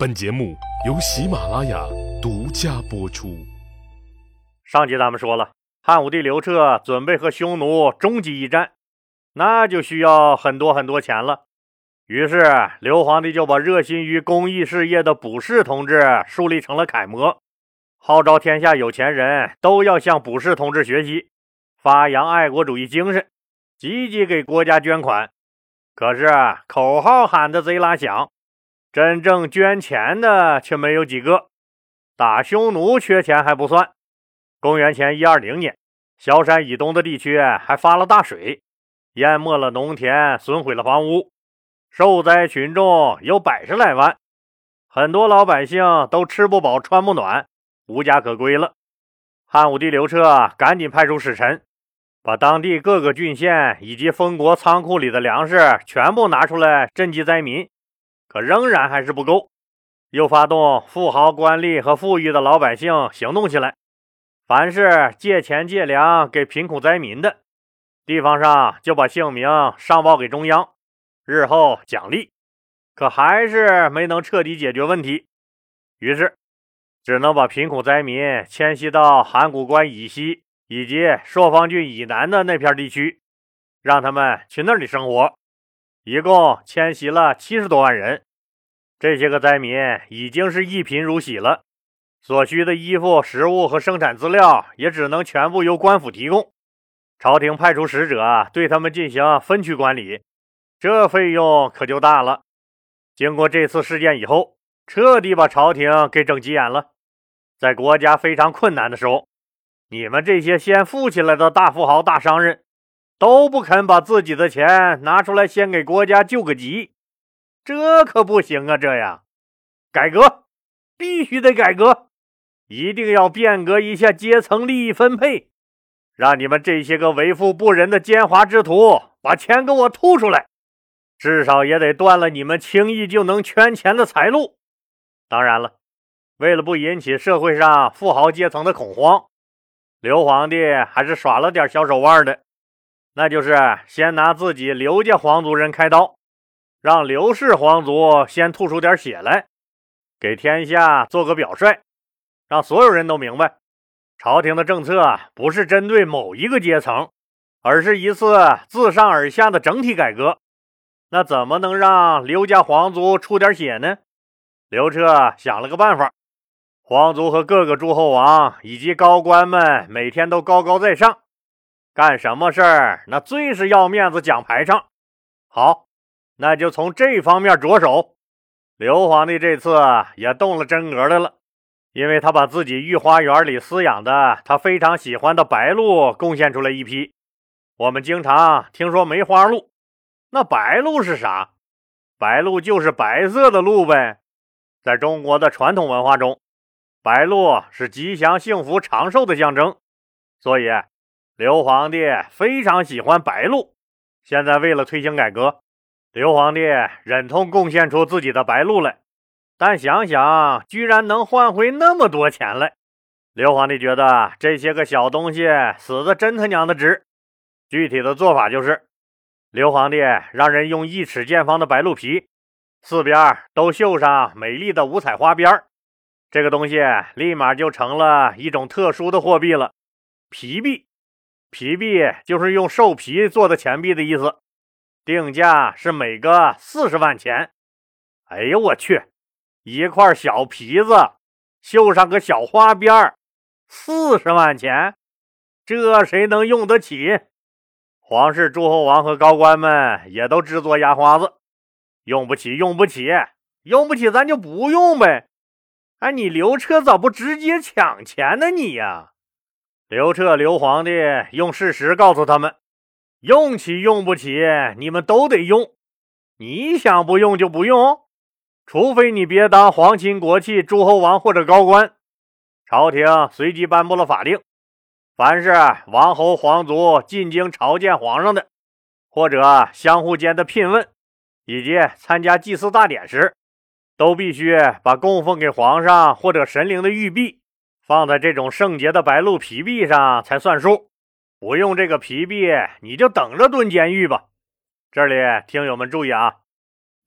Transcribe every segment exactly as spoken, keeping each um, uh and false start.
本节目由喜马拉雅独家播出。 上集咱们说了，汉武帝刘彻准备和匈奴终极一战，那就需要很多很多钱了。于是刘皇帝就把热心于公益事业的卜氏同志树立成了楷模，号召天下有钱人都要向卜氏同志学习，发扬爱国主义精神，积极给国家捐款。可是口号喊得贼拉响，真正捐钱的却没有几个。打匈奴缺钱还不算，公元前一二零年，萧山以东的地区还发了大水，淹没了农田，损毁了房屋，受灾群众有百十来万，很多老百姓都吃不饱穿不暖，无家可归了。汉武帝刘彻赶紧派出使臣，把当地各个郡县以及封国仓库里的粮食全部拿出来赈济灾民，可仍然还是不够。又发动富豪官吏和富裕的老百姓行动起来，凡是借钱借粮给贫苦灾民的，地方上就把姓名上报给中央，日后奖励。可还是没能彻底解决问题，于是只能把贫苦灾民迁徙到函谷关以西以及朔方郡以南的那片地区，让他们去那里生活。一共迁徙了七十多万人。这些个灾民已经是一贫如洗了，所需的衣服、食物和生产资料也只能全部由官府提供。朝廷派出使者对他们进行分区管理，这费用可就大了。经过这次事件以后，彻底把朝廷给整急眼了。在国家非常困难的时候，你们这些先富起来的大富豪、大商人都不肯把自己的钱拿出来先给国家救个急，这可不行啊！这样改革必须得改革，一定要变革一下阶层利益分配，让你们这些个为富不仁的奸猾之徒把钱给我吐出来，至少也得断了你们轻易就能圈钱的财路。当然了，为了不引起社会上富豪阶层的恐慌，刘皇帝还是耍了点小手腕的，那就是先拿自己刘家皇族人开刀，让刘氏皇族先吐出点血来，给天下做个表率，让所有人都明白，朝廷的政策不是针对某一个阶层，而是一次自上而下的整体改革。那怎么能让刘家皇族出点血呢？刘彻想了个办法，皇族和各个诸侯王以及高官们每天都高高在上，干什么事儿那最是要面子讲排场。好，那就从这方面着手。刘皇帝这次也动了真格的了，因为他把自己御花园里饲养的他非常喜欢的白鹿贡献出来一批。我们经常听说梅花鹿，那白鹿是啥？白鹿就是白色的鹿呗。在中国的传统文化中，白鹿是吉祥、幸福、长寿的象征，所以刘皇帝非常喜欢白鹿。现在为了推行改革，刘皇帝忍痛贡献出自己的白鹿来，但想想居然能换回那么多钱来，刘皇帝觉得这些个小东西死的真他娘的值。具体的做法就是，刘皇帝让人用一尺见方的白鹿皮，四边都绣上美丽的五彩花边，这个东西立马就成了一种特殊的货币了，皮币。皮币就是用兽皮做的钱币的意思，定价是每个四十万钱。哎呦我去，一块小皮子绣上个小花边，四十万钱，这谁能用得起？皇室诸侯王和高官们也都直作牙花子，用不起用不起用不起咱就不用呗。哎，你刘彻咋不直接抢钱呢你呀？刘彻刘皇帝用事实告诉他们，用起用不起你们都得用，你想不用就不用，除非你别当皇亲国戚、诸侯王或者高官。朝廷随即颁布了法令，凡是王侯皇族进京朝见皇上的，或者相互间的聘问，以及参加祭祀大典时，都必须把供奉给皇上或者神灵的玉璧放在这种圣洁的白鹿皮币上才算数。不用这个皮币，你就等着蹲监狱吧。这里听友们注意啊，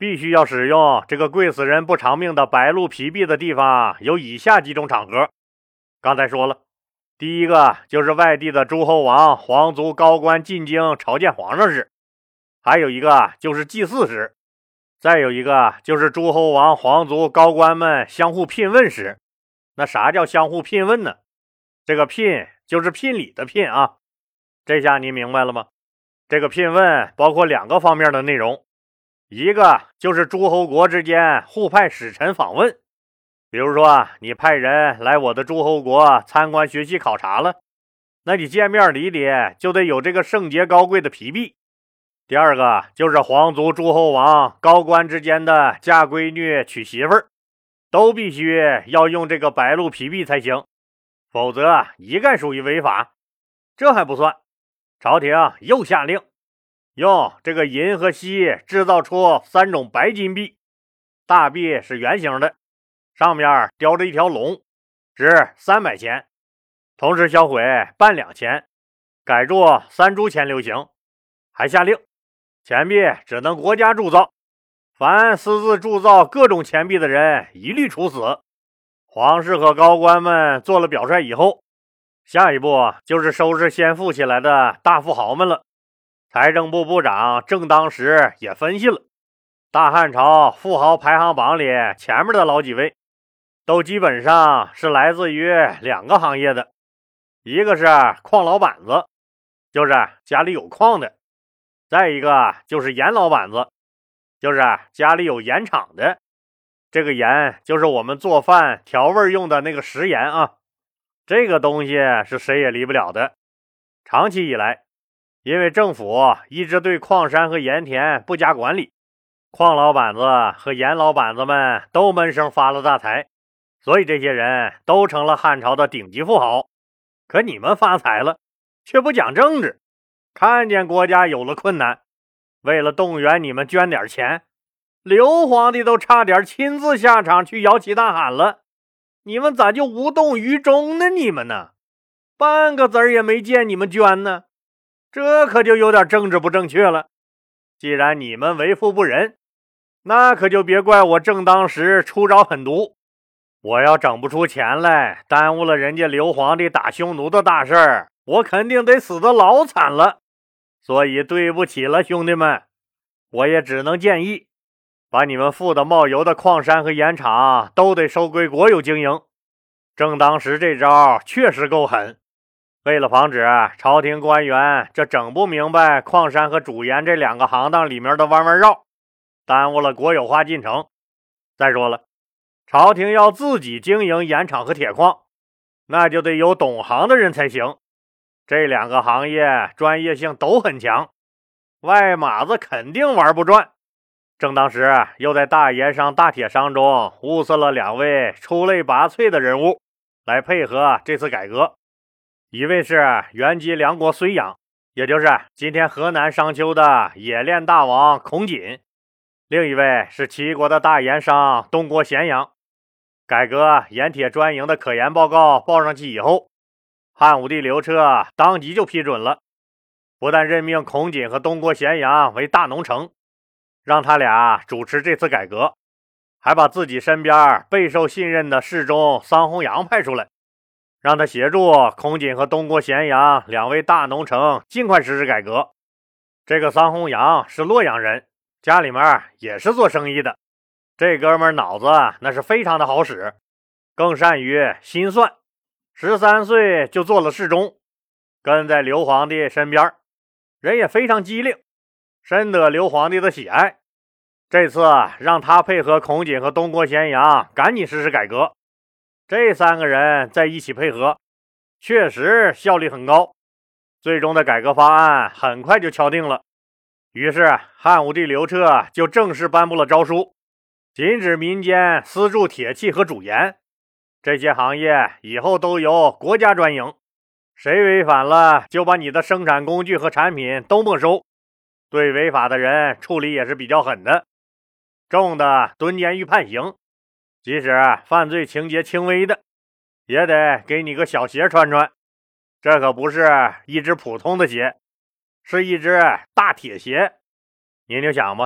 必须要使用这个贵死人不偿命的白鹿皮币的地方有以下几种场合。刚才说了，第一个就是外地的诸侯王、皇族高官进京朝见皇上时，还有一个就是祭祀时，再有一个就是诸侯王、皇族高官们相互聘问时。那啥叫相互聘问呢？这个聘就是聘礼的聘啊。这下你明白了吗？这个聘问包括两个方面的内容，一个就是诸侯国之间互派使臣访问，比如说你派人来我的诸侯国参观学习考察了，那你见面礼里就得有这个圣洁高贵的皮币。第二个就是皇族诸侯王高官之间的嫁闺女娶媳妇儿，都必须要用这个白鹿皮币才行，否则一概属于违法。这还不算，朝廷又下令用这个银和锡制造出三种白金币，大币是圆形的，上面雕着一条龙，值三百钱，同时销毁半两钱，改铸三铢钱流行。还下令钱币只能国家铸造，凡私自铸造各种钱币的人一律处死。皇室和高官们做了表率以后，下一步就是收拾先富起来的大富豪们了。财政部部长郑当时也分析了，大汉朝富豪排行榜里前面的老几位都基本上是来自于两个行业的，一个是矿老板子，就是家里有矿的，再一个就是盐老板子，就是家里有盐厂的。这个盐就是我们做饭调味用的那个食盐啊，这个东西是谁也离不了的。长期以来，因为政府一直对矿山和盐田不加管理，矿老板子和盐老板子们都闷声发了大财，所以这些人都成了汉朝的顶级富豪。可你们发财了，却不讲政治，看见国家有了困难，为了动员你们捐点钱，刘皇帝都差点亲自下场去摇旗大喊了，你们咋就无动于衷呢？你们呢，半个子儿也没见你们捐呢，这可就有点政治不正确了。既然你们为富不仁，那可就别怪我正当时出招狠毒，我要整不出钱来，耽误了人家刘皇帝打匈奴的大事儿，我肯定得死得老惨了。所以对不起了，兄弟们，我也只能建议把你们富得冒油的矿山和盐场都得收归国有经营。正当时这招确实够狠，为了防止朝廷官员这整不明白矿山和主盐这两个行当里面的弯弯绕，耽误了国有化进程。再说了，朝廷要自己经营盐场和铁矿，那就得有懂行的人才行，这两个行业专业性都很强，外马子肯定玩不转。正当时又在大盐商、大铁商中物色了两位出类拔萃的人物来配合这次改革，一位是原籍梁国睢阳，也就是今天河南商丘的冶炼大王孔瑾，另一位是齐国的大盐商东郭咸阳。改革盐铁专营的可研报告报上去以后，汉武帝刘彻当即就批准了，不但任命孔瑾和东郭咸阳为大农丞，让他俩主持这次改革，还把自己身边备受信任的侍中桑弘羊派出来，让他协助孔瑾和东郭咸阳两位大农丞尽快实施改革。这个桑弘羊是洛阳人，家里面也是做生意的，这哥们脑子那是非常的好使，更善于心算，十三岁就做了侍中，跟在刘皇帝身边，人也非常机灵，深得刘皇帝的喜爱。这次让他配合孔瑾和东郭咸阳赶紧实施改革，这三个人在一起配合，确实效率很高，最终的改革方案很快就敲定了。于是汉武帝刘彻就正式颁布了诏书，禁止民间私铸铁器和主盐，这些行业以后都由国家专营，谁违反了就把你的生产工具和产品都没收，对违法的人处理也是比较狠的，重的蹲监狱判刑，即使犯罪情节轻微的也得给你个小鞋穿穿，这可不是一只普通的鞋，是一只大铁鞋。您就想吧，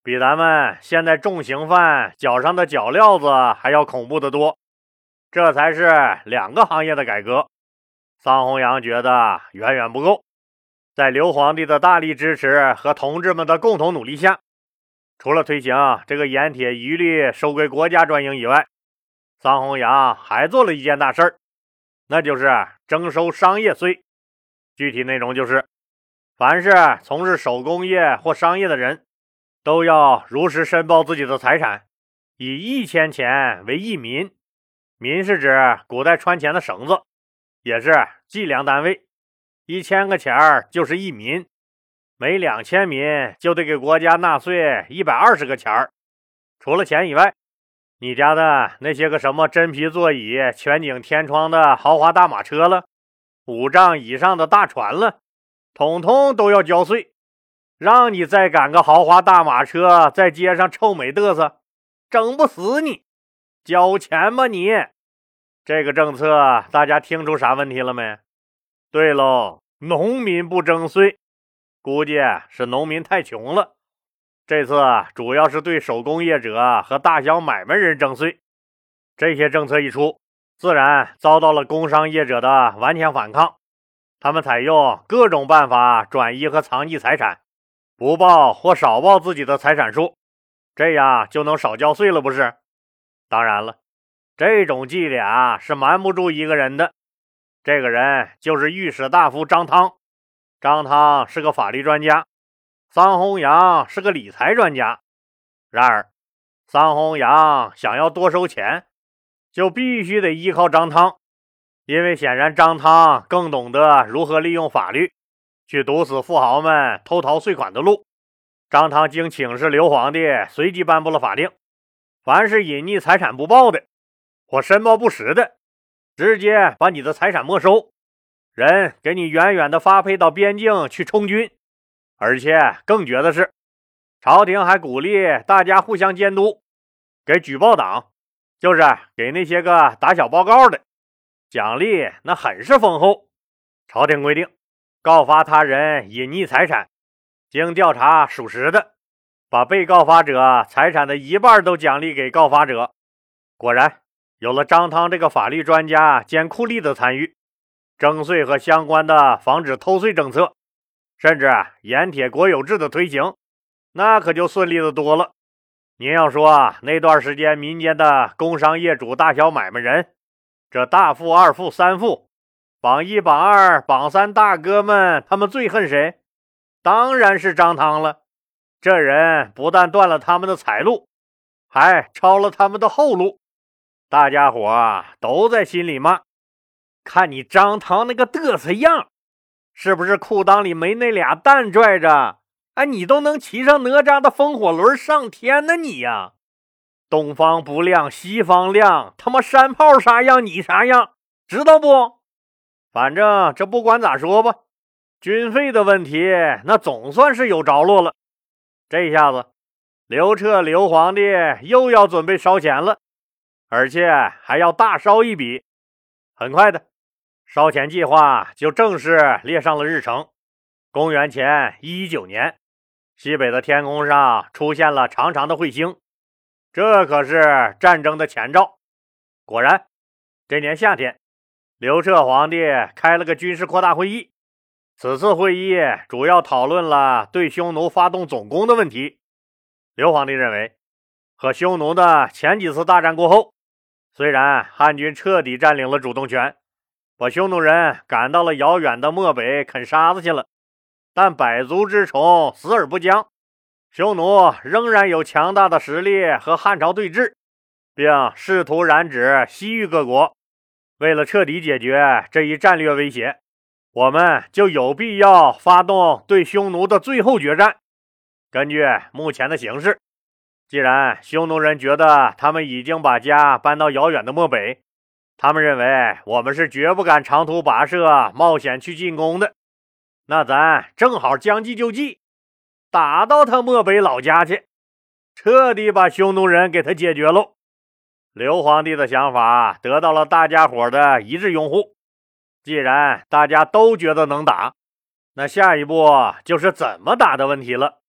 比咱们现在重刑犯脚上的脚镣子还要恐怖得多。这才是两个行业的改革。桑弘羊觉得远远不够，在刘皇帝的大力支持和同志们的共同努力下，除了推行这个盐铁一律收归国家专营以外，桑弘羊还做了一件大事儿，那就是征收商业税。具体内容就是，凡是从事手工业或商业的人，都要如实申报自己的财产，以一千钱为一民。民是指古代穿钱的绳子，也是计量单位，一千个钱儿就是一民，每两千民就得给国家纳税一百二十个钱儿。除了钱以外，你家的那些个什么真皮座椅、全景天窗的豪华大马车了，五丈以上的大船了，统统都要交税。让你再赶个豪华大马车在街上臭美嘚瑟，整不死你，交钱吧你。这个政策大家听出啥问题了没？对喽，农民不征税，估计是农民太穷了。这次主要是对手工业者和大小买卖人征税。这些政策一出，自然遭到了工商业者的顽强反抗。他们采用各种办法转移和藏匿财产，不报或少报自己的财产数，这样就能少交税了，不是？当然了，这种伎俩是瞒不住一个人的，这个人就是御史大夫张汤。张汤是个法律专家，桑弘羊是个理财专家。然而，桑弘羊想要多收钱，就必须得依靠张汤，因为显然张汤更懂得如何利用法律去堵死富豪们偷逃税款的路。张汤经请示刘皇帝，随即颁布了法令，凡是隐匿财产不报的或申报不实的，直接把你的财产没收，人给你远远的发配到边境去充军。而且更绝的是，朝廷还鼓励大家互相监督，给举报党，就是给那些个打小报告的，奖励那很是丰厚。朝廷规定，告发他人隐匿财产，经调查属实的，把被告发者财产的一半都奖励给告发者。果然，有了张汤这个法律专家兼酷吏的参与，征税和相关的防止偷税政策，甚至盐铁国有制的推行，那可就顺利的多了。您要说那段时间民间的工商业主、大小买卖人，这大富、二富、三富，榜一、榜二、榜三大哥们，他们最恨谁？当然是张汤了。这人不但断了他们的财路，还抄了他们的后路。大家伙都在心里骂，看你张汤那个嘚瑟样，是不是裤裆里没那俩蛋拽着，哎，你都能骑上哪吒的风火轮上天呢你呀！东方不亮西方亮，他妈山炮啥样你啥样，知道不？反正这不管咋说吧，军费的问题那总算是有着落了。这下子刘彻刘皇帝又要准备烧钱了，而且还要大烧一笔。很快的，烧钱计划就正式列上了日程。公元前一一九年，西北的天空上出现了长长的彗星，这可是战争的前兆。果然，这年夏天，刘彻皇帝开了个军事扩大会议。此次会议主要讨论了对匈奴发动总攻的问题。刘皇帝认为，和匈奴的前几次大战过后，虽然汉军彻底占领了主动权，把匈奴人赶到了遥远的漠北啃沙子去了，但百足之虫死而不僵，匈奴仍然有强大的实力和汉朝对峙，并试图染指西域各国。为了彻底解决这一战略威胁，我们就有必要发动对匈奴的最后决战。根据目前的形势，既然匈奴人觉得他们已经把家搬到遥远的漠北，他们认为我们是绝不敢长途跋涉冒险去进攻的，那咱正好将计就计，打到他漠北老家去，彻底把匈奴人给他解决喽。刘皇帝的想法得到了大家伙的一致拥护。既然大家都觉得能打，那下一步就是怎么打的问题了。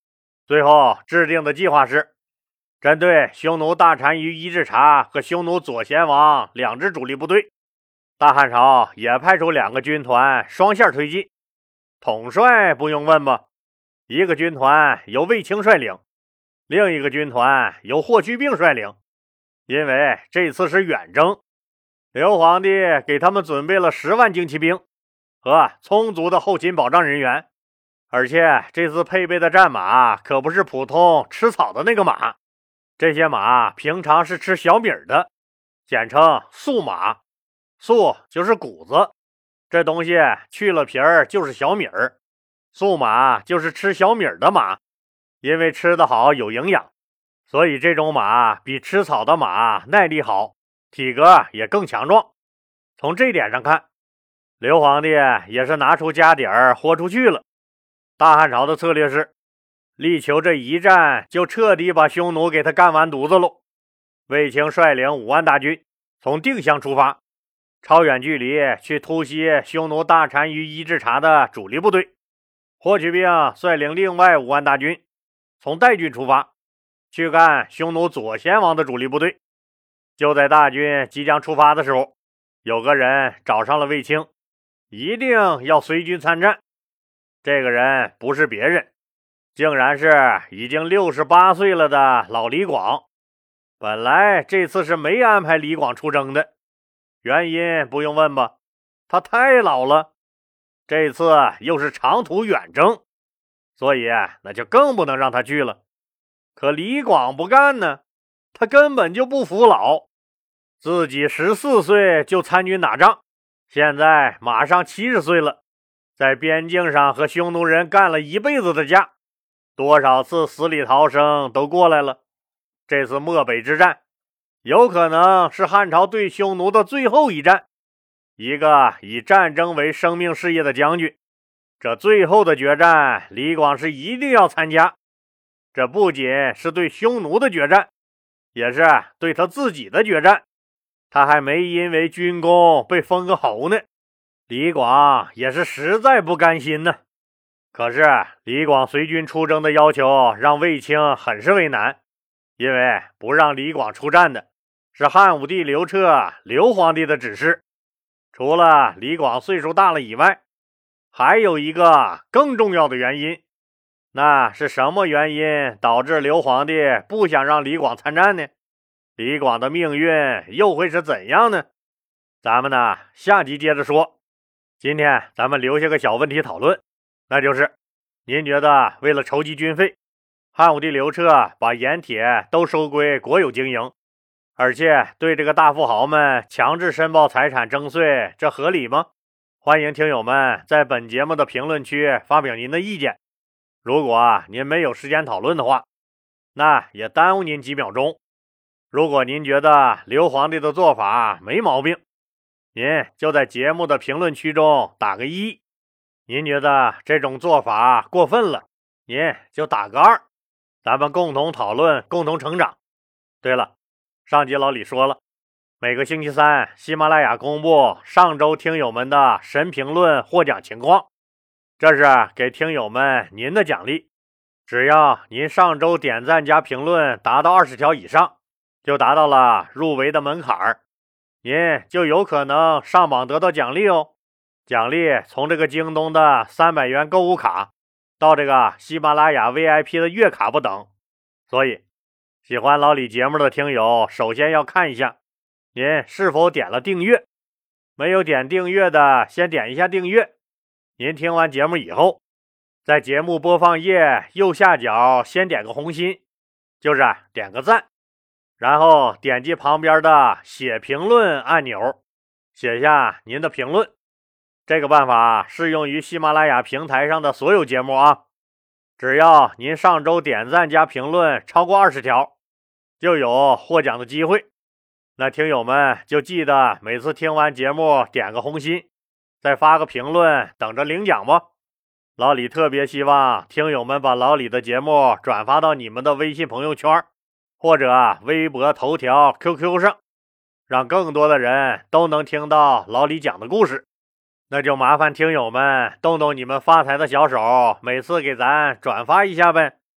最后制定的计划是，针对匈奴大单于伊稚茶和匈奴左贤王两支主力部队，大汉朝也派出两个军团双线推进。统帅不用问吧，一个军团由卫青率领，另一个军团由霍去病率领。因为这次是远征，刘皇帝给他们准备了十万精骑兵和充足的后勤保障人员，而且这次配备的战马可不是普通吃草的那个马，这些马平常是吃小米的，简称粟马。粟就是谷子，这东西去了皮儿就是小米儿，粟马就是吃小米的马，因为吃得好有营养，所以这种马比吃草的马耐力好，体格也更强壮。从这点上看，刘皇帝也是拿出家底儿豁出去了。大汉朝的策略是，力求这一战就彻底把匈奴给他干完犊子喽。卫青率领五万大军从定襄出发，超远距离去突袭匈奴大单于伊稚茶的主力部队。霍去病率领另外五万大军从代郡出发，去干匈奴左贤王的主力部队。就在大军即将出发的时候，有个人找上了卫青，一定要随军参战。这个人不是别人，竟然是已经六十八岁了的老李广。本来这次是没安排李广出征的，原因不用问吧，他太老了。这次又是长途远征，所以那就更不能让他去了。可李广不干呢，他根本就不服老，自己十四岁就参军打仗，现在马上七十岁了，在边境上和匈奴人干了一辈子的架，多少次死里逃生都过来了。这次漠北之战有可能是汉朝对匈奴的最后一战，一个以战争为生命事业的将军，这最后的决战李广是一定要参加。这不仅是对匈奴的决战，也是对他自己的决战。他还没因为军功被封个侯呢，李广也是实在不甘心呢。可是李广随军出征的要求让卫青很是为难，因为不让李广出战的是汉武帝刘彻刘皇帝的指示。除了李广岁数大了以外，还有一个更重要的原因。那是什么原因导致刘皇帝不想让李广参战呢？李广的命运又会是怎样呢？咱们呢下集接着说。今天咱们留下个小问题讨论，那就是您觉得为了筹集军费，汉武帝刘彻把盐铁都收归国有经营，而且对这个大富豪们强制申报财产征税，这合理吗？欢迎听友们在本节目的评论区发表您的意见。如果您没有时间讨论的话，那也耽误您几秒钟。如果您觉得刘皇帝的做法没毛病，您就在节目的评论区中打个一；您觉得这种做法过分了，您就打个二。咱们共同讨论，共同成长。对了，上集老李说了，每个星期三喜马拉雅公布上周听友们的神评论获奖情况，这是给听友们您的奖励。只要您上周点赞加评论达到二十条以上，就达到了入围的门槛儿，您就有可能上榜得到奖励哦。奖励从这个京东的三百元购物卡到这个喜马拉雅 V I P 的月卡不等。所以喜欢老李节目的听友首先要看一下您是否点了订阅，没有点订阅的先点一下订阅。您听完节目以后，在节目播放页右下角先点个红心，就是点个赞，然后点击旁边的写评论按钮，写下您的评论。这个办法适用于喜马拉雅平台上的所有节目啊。只要您上周点赞加评论超过二十条，就有获奖的机会。那听友们就记得每次听完节目点个红心，再发个评论，等着领奖吧。老李特别希望听友们把老李的节目转发到你们的微信朋友圈，或者微博、头条、Q Q 上，让更多的人都能听到老李讲的故事。那就麻烦听友们动动你们发财的小手，每次给咱转发一下呗。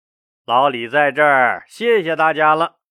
老李在这儿谢谢大家了。